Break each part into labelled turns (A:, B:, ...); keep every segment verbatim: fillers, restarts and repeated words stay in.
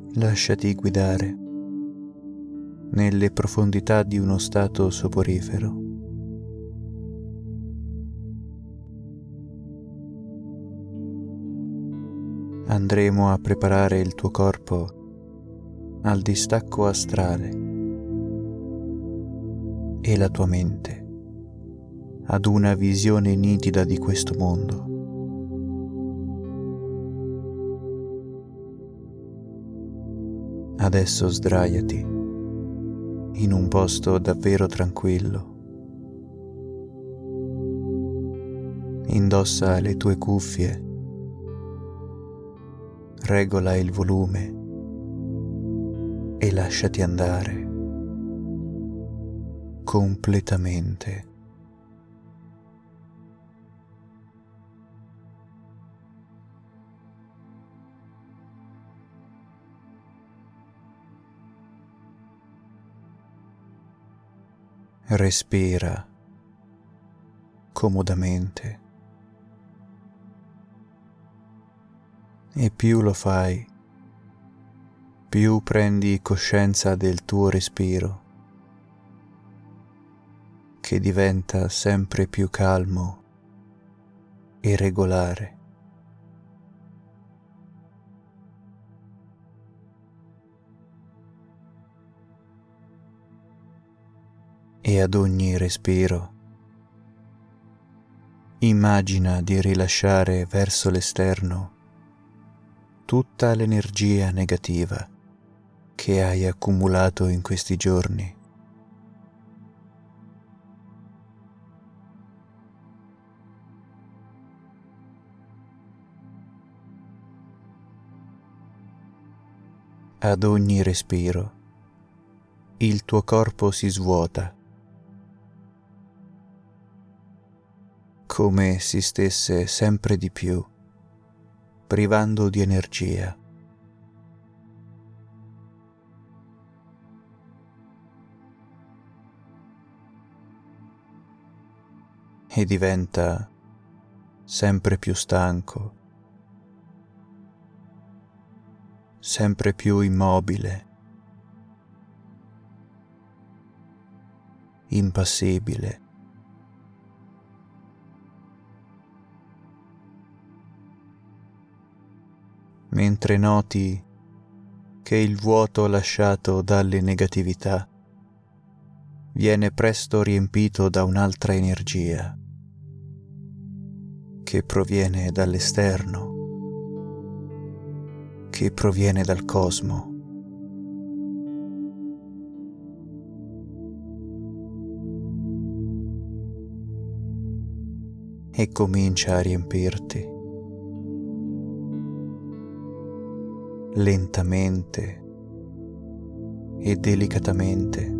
A: Lasciati guidare nelle profondità di uno stato soporifero. Andremo a preparare il tuo corpo al distacco astrale e la tua mente ad una visione nitida di questo mondo. Adesso sdraiati in un posto davvero tranquillo. Indossa le tue cuffie, regola il volume e lasciati andare completamente. Respira comodamente e più lo fai, più prendi coscienza del tuo respiro, che diventa sempre più calmo e regolare. E ad ogni respiro immagina di rilasciare verso l'esterno tutta l'energia negativa che hai accumulato in questi giorni. Ad ogni respiro il tuo corpo si svuota, come si stesse sempre di più privando di energia. E diventa sempre più stanco, sempre più immobile, impassibile. Mentre noti che il vuoto lasciato dalle negatività viene presto riempito da un'altra energia che proviene dall'esterno, che proviene dal cosmo. E comincia a riempirti lentamente e delicatamente.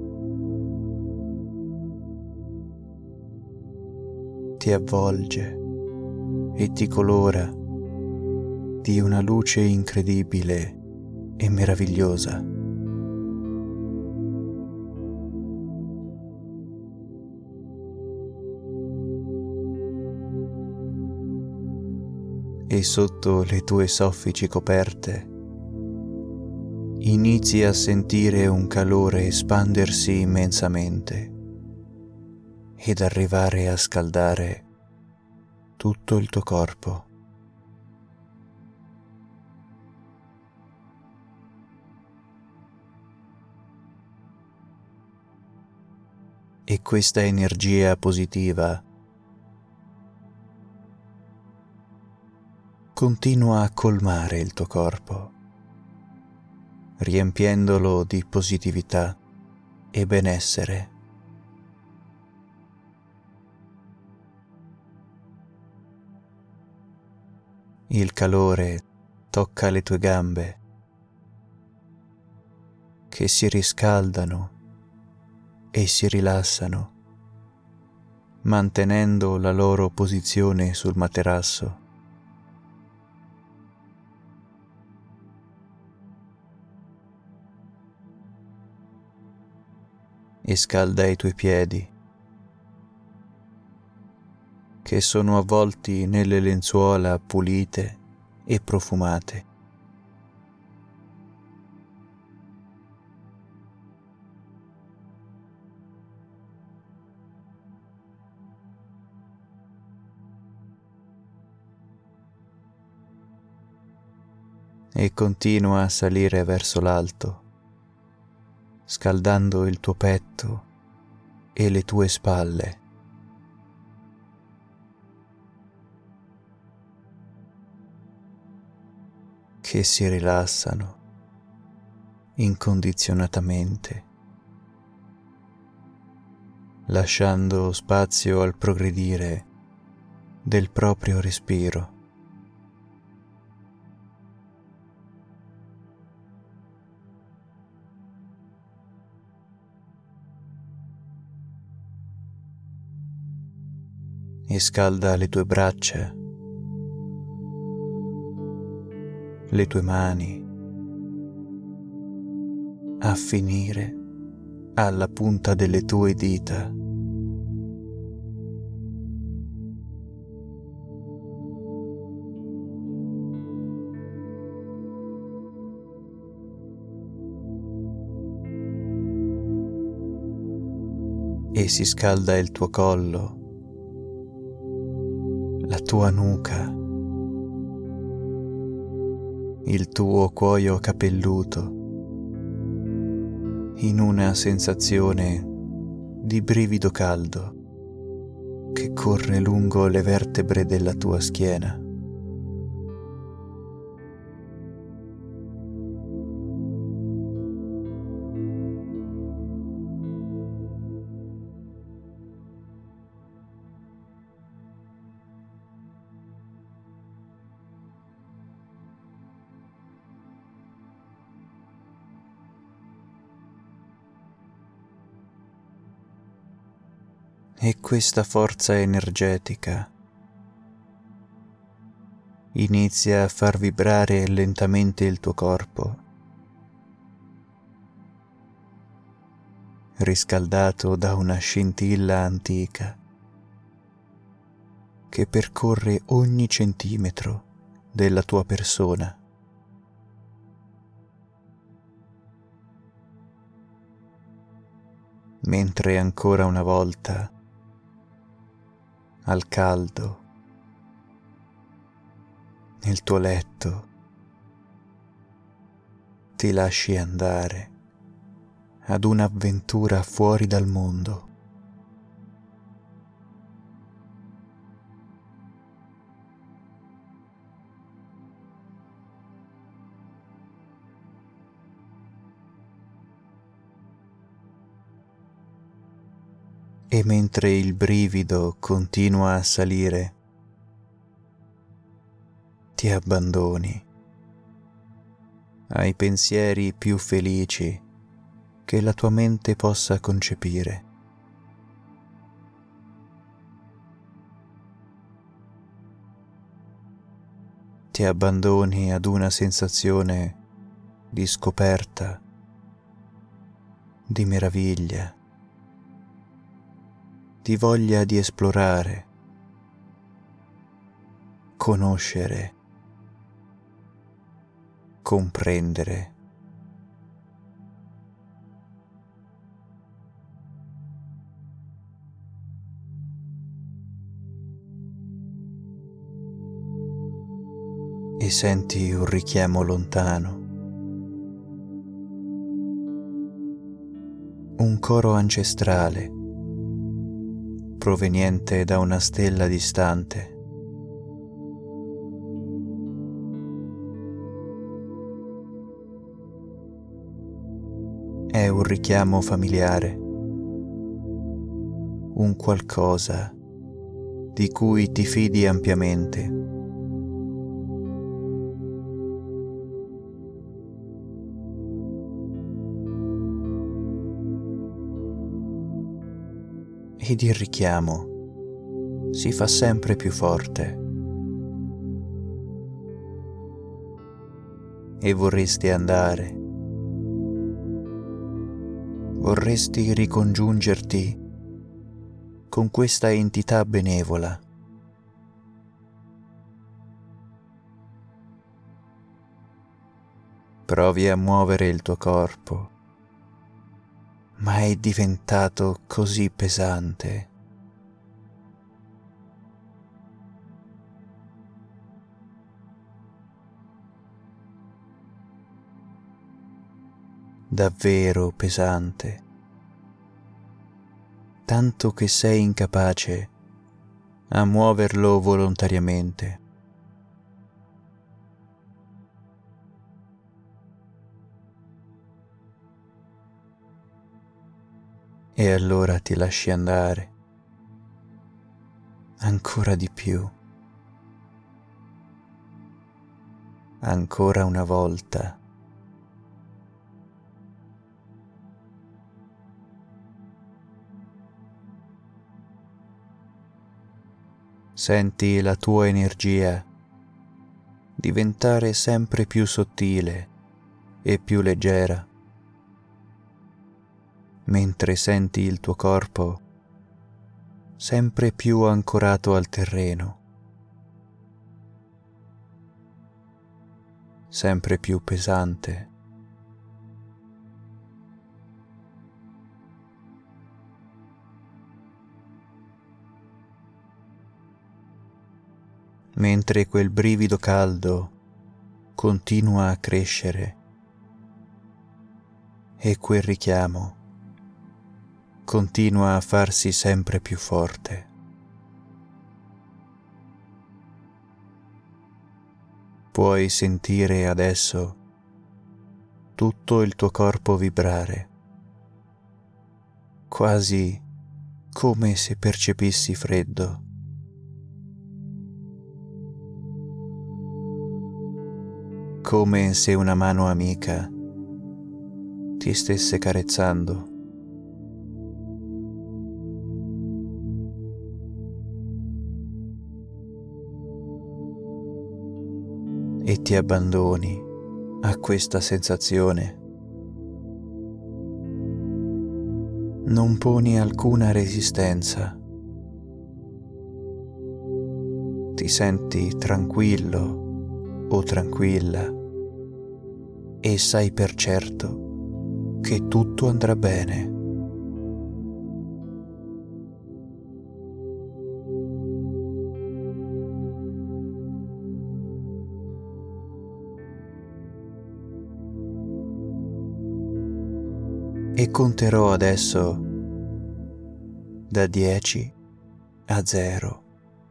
A: Ti avvolge e ti colora di una luce incredibile e meravigliosa. E sotto le tue soffici coperte inizi a sentire un calore espandersi immensamente ed arrivare a scaldare tutto il tuo corpo. E questa energia positiva continua a colmare il tuo corpo, riempiendolo di positività e benessere. Il calore tocca le tue gambe, che si riscaldano e si rilassano, mantenendo la loro posizione sul materasso. E scalda i tuoi piedi, che sono avvolti nelle lenzuola pulite e profumate. e continua a salire verso l'alto, scaldando il tuo petto e le tue spalle. Che si rilassano incondizionatamente, lasciando spazio al progredire del proprio respiro. E scalda le tue braccia, le tue mani, a finire alla punta delle tue dita. E si scalda il tuo collo, la tua nuca, il tuo cuoio capelluto, in una sensazione di brivido caldo che corre lungo le vertebre della tua schiena. E questa forza energetica inizia a far vibrare lentamente il tuo corpo, riscaldato da una scintilla antica che percorre ogni centimetro della tua persona. Mentre ancora una volta, al caldo, nel tuo letto, ti lasci andare ad un'avventura fuori dal mondo. E mentre il brivido continua a salire, ti abbandoni ai pensieri più felici che la tua mente possa concepire. Ti abbandoni ad una sensazione di scoperta, di meraviglia, di voglia di esplorare, conoscere, comprendere. E senti un richiamo lontano, un coro ancestrale proveniente da una stella distante. È un richiamo familiare, un qualcosa di cui ti fidi ampiamente. Ed il richiamo si fa sempre più forte e vorresti andare, vorresti ricongiungerti con questa entità benevola. Provi a muovere il tuo corpo, ma è diventato così pesante. davvero pesante, tanto che sei incapace a muoverlo volontariamente. E allora ti lasci andare ancora di più, ancora una volta. Senti la tua energia diventare sempre più sottile e più leggera, mentre senti il tuo corpo sempre più ancorato al terreno, sempre più pesante. Mentre quel brivido caldo continua a crescere e quel richiamo continua a farsi sempre più forte. Puoi sentire adesso tutto il tuo corpo vibrare, quasi come se percepissi freddo. Come se una mano amica ti stesse carezzando. E ti abbandoni a questa sensazione. Non poni alcuna resistenza. Ti senti tranquillo o tranquilla e sai per certo che tutto andrà bene. E conterò adesso da dieci a zero.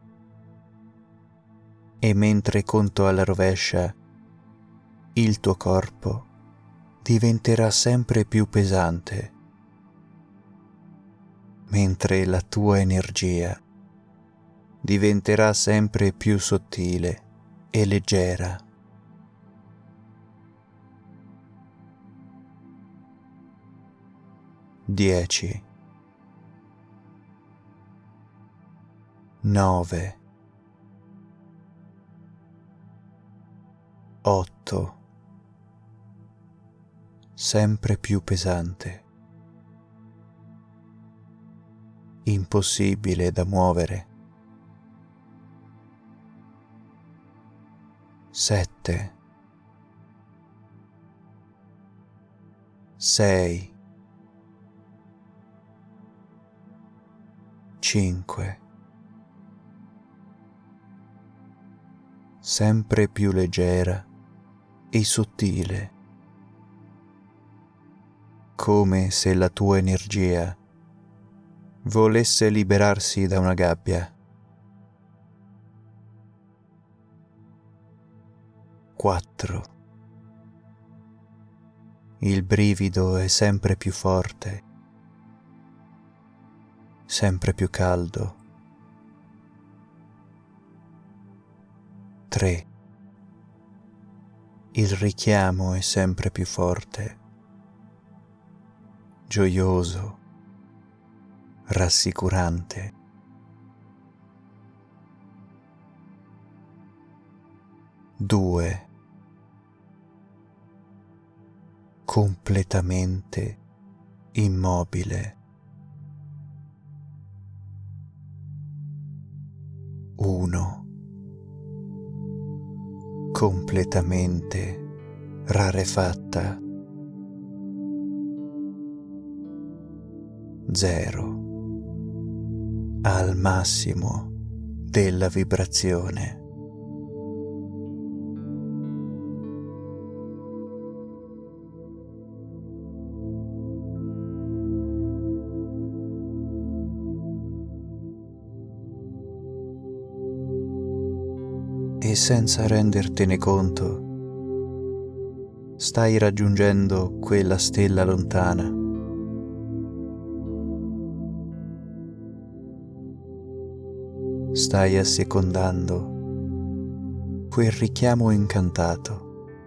A: E mentre conto alla rovescia, il tuo corpo diventerà sempre più pesante, mentre la tua energia diventerà sempre più sottile e leggera. Dieci, nove, otto, sempre più pesante, impossibile da muovere. Sette, sei, cinque, sempre più leggera e sottile, come se la tua energia volesse liberarsi da una gabbia. Quattro. Il brivido è sempre più forte, sempre più caldo. Tre. Il richiamo è sempre più forte, gioioso, rassicurante. Due. Completamente immobile. Uno. Completamente rarefatta. Zero. Al massimo della vibrazione. e senza rendertene conto stai raggiungendo quella stella lontana. Stai assecondando quel richiamo incantato,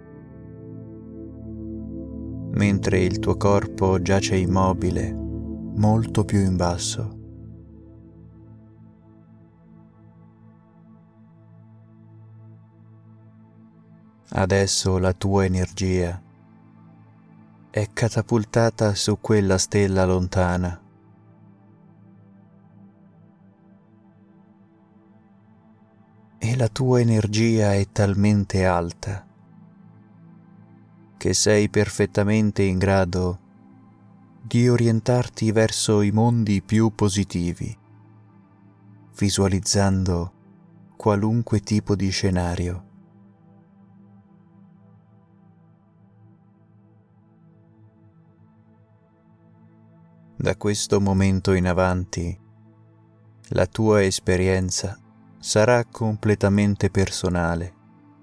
A: mentre il tuo corpo giace immobile, molto più in basso. Adesso la tua energia è catapultata su quella stella lontana. E la tua energia è talmente alta che sei perfettamente in grado di orientarti verso i mondi più positivi, visualizzando qualunque tipo di scenario. Da questo momento in avanti, la tua esperienza sarà completamente personale.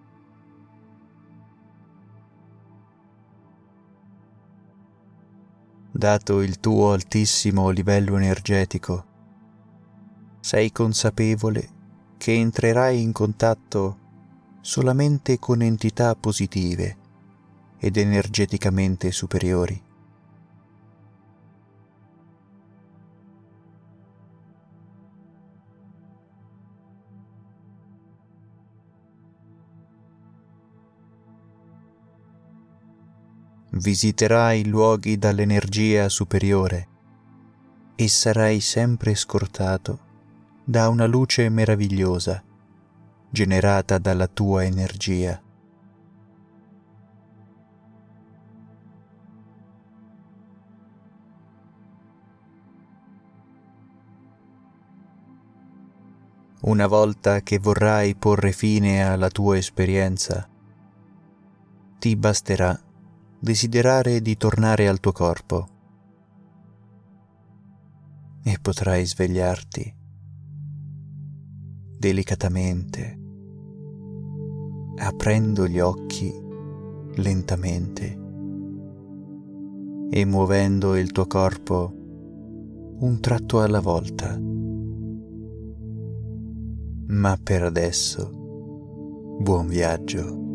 A: Dato il tuo altissimo livello energetico, sei consapevole che entrerai in contatto solamente con entità positive ed energeticamente superiori. Visiterai luoghi dall'energia superiore e sarai sempre scortato da una luce meravigliosa generata dalla tua energia. Una volta che vorrai porre fine alla tua esperienza, ti basterà desiderare di tornare al tuo corpo e potrai svegliarti delicatamente, aprendo gli occhi lentamente e muovendo il tuo corpo un tratto alla volta. Ma per adesso, buon viaggio.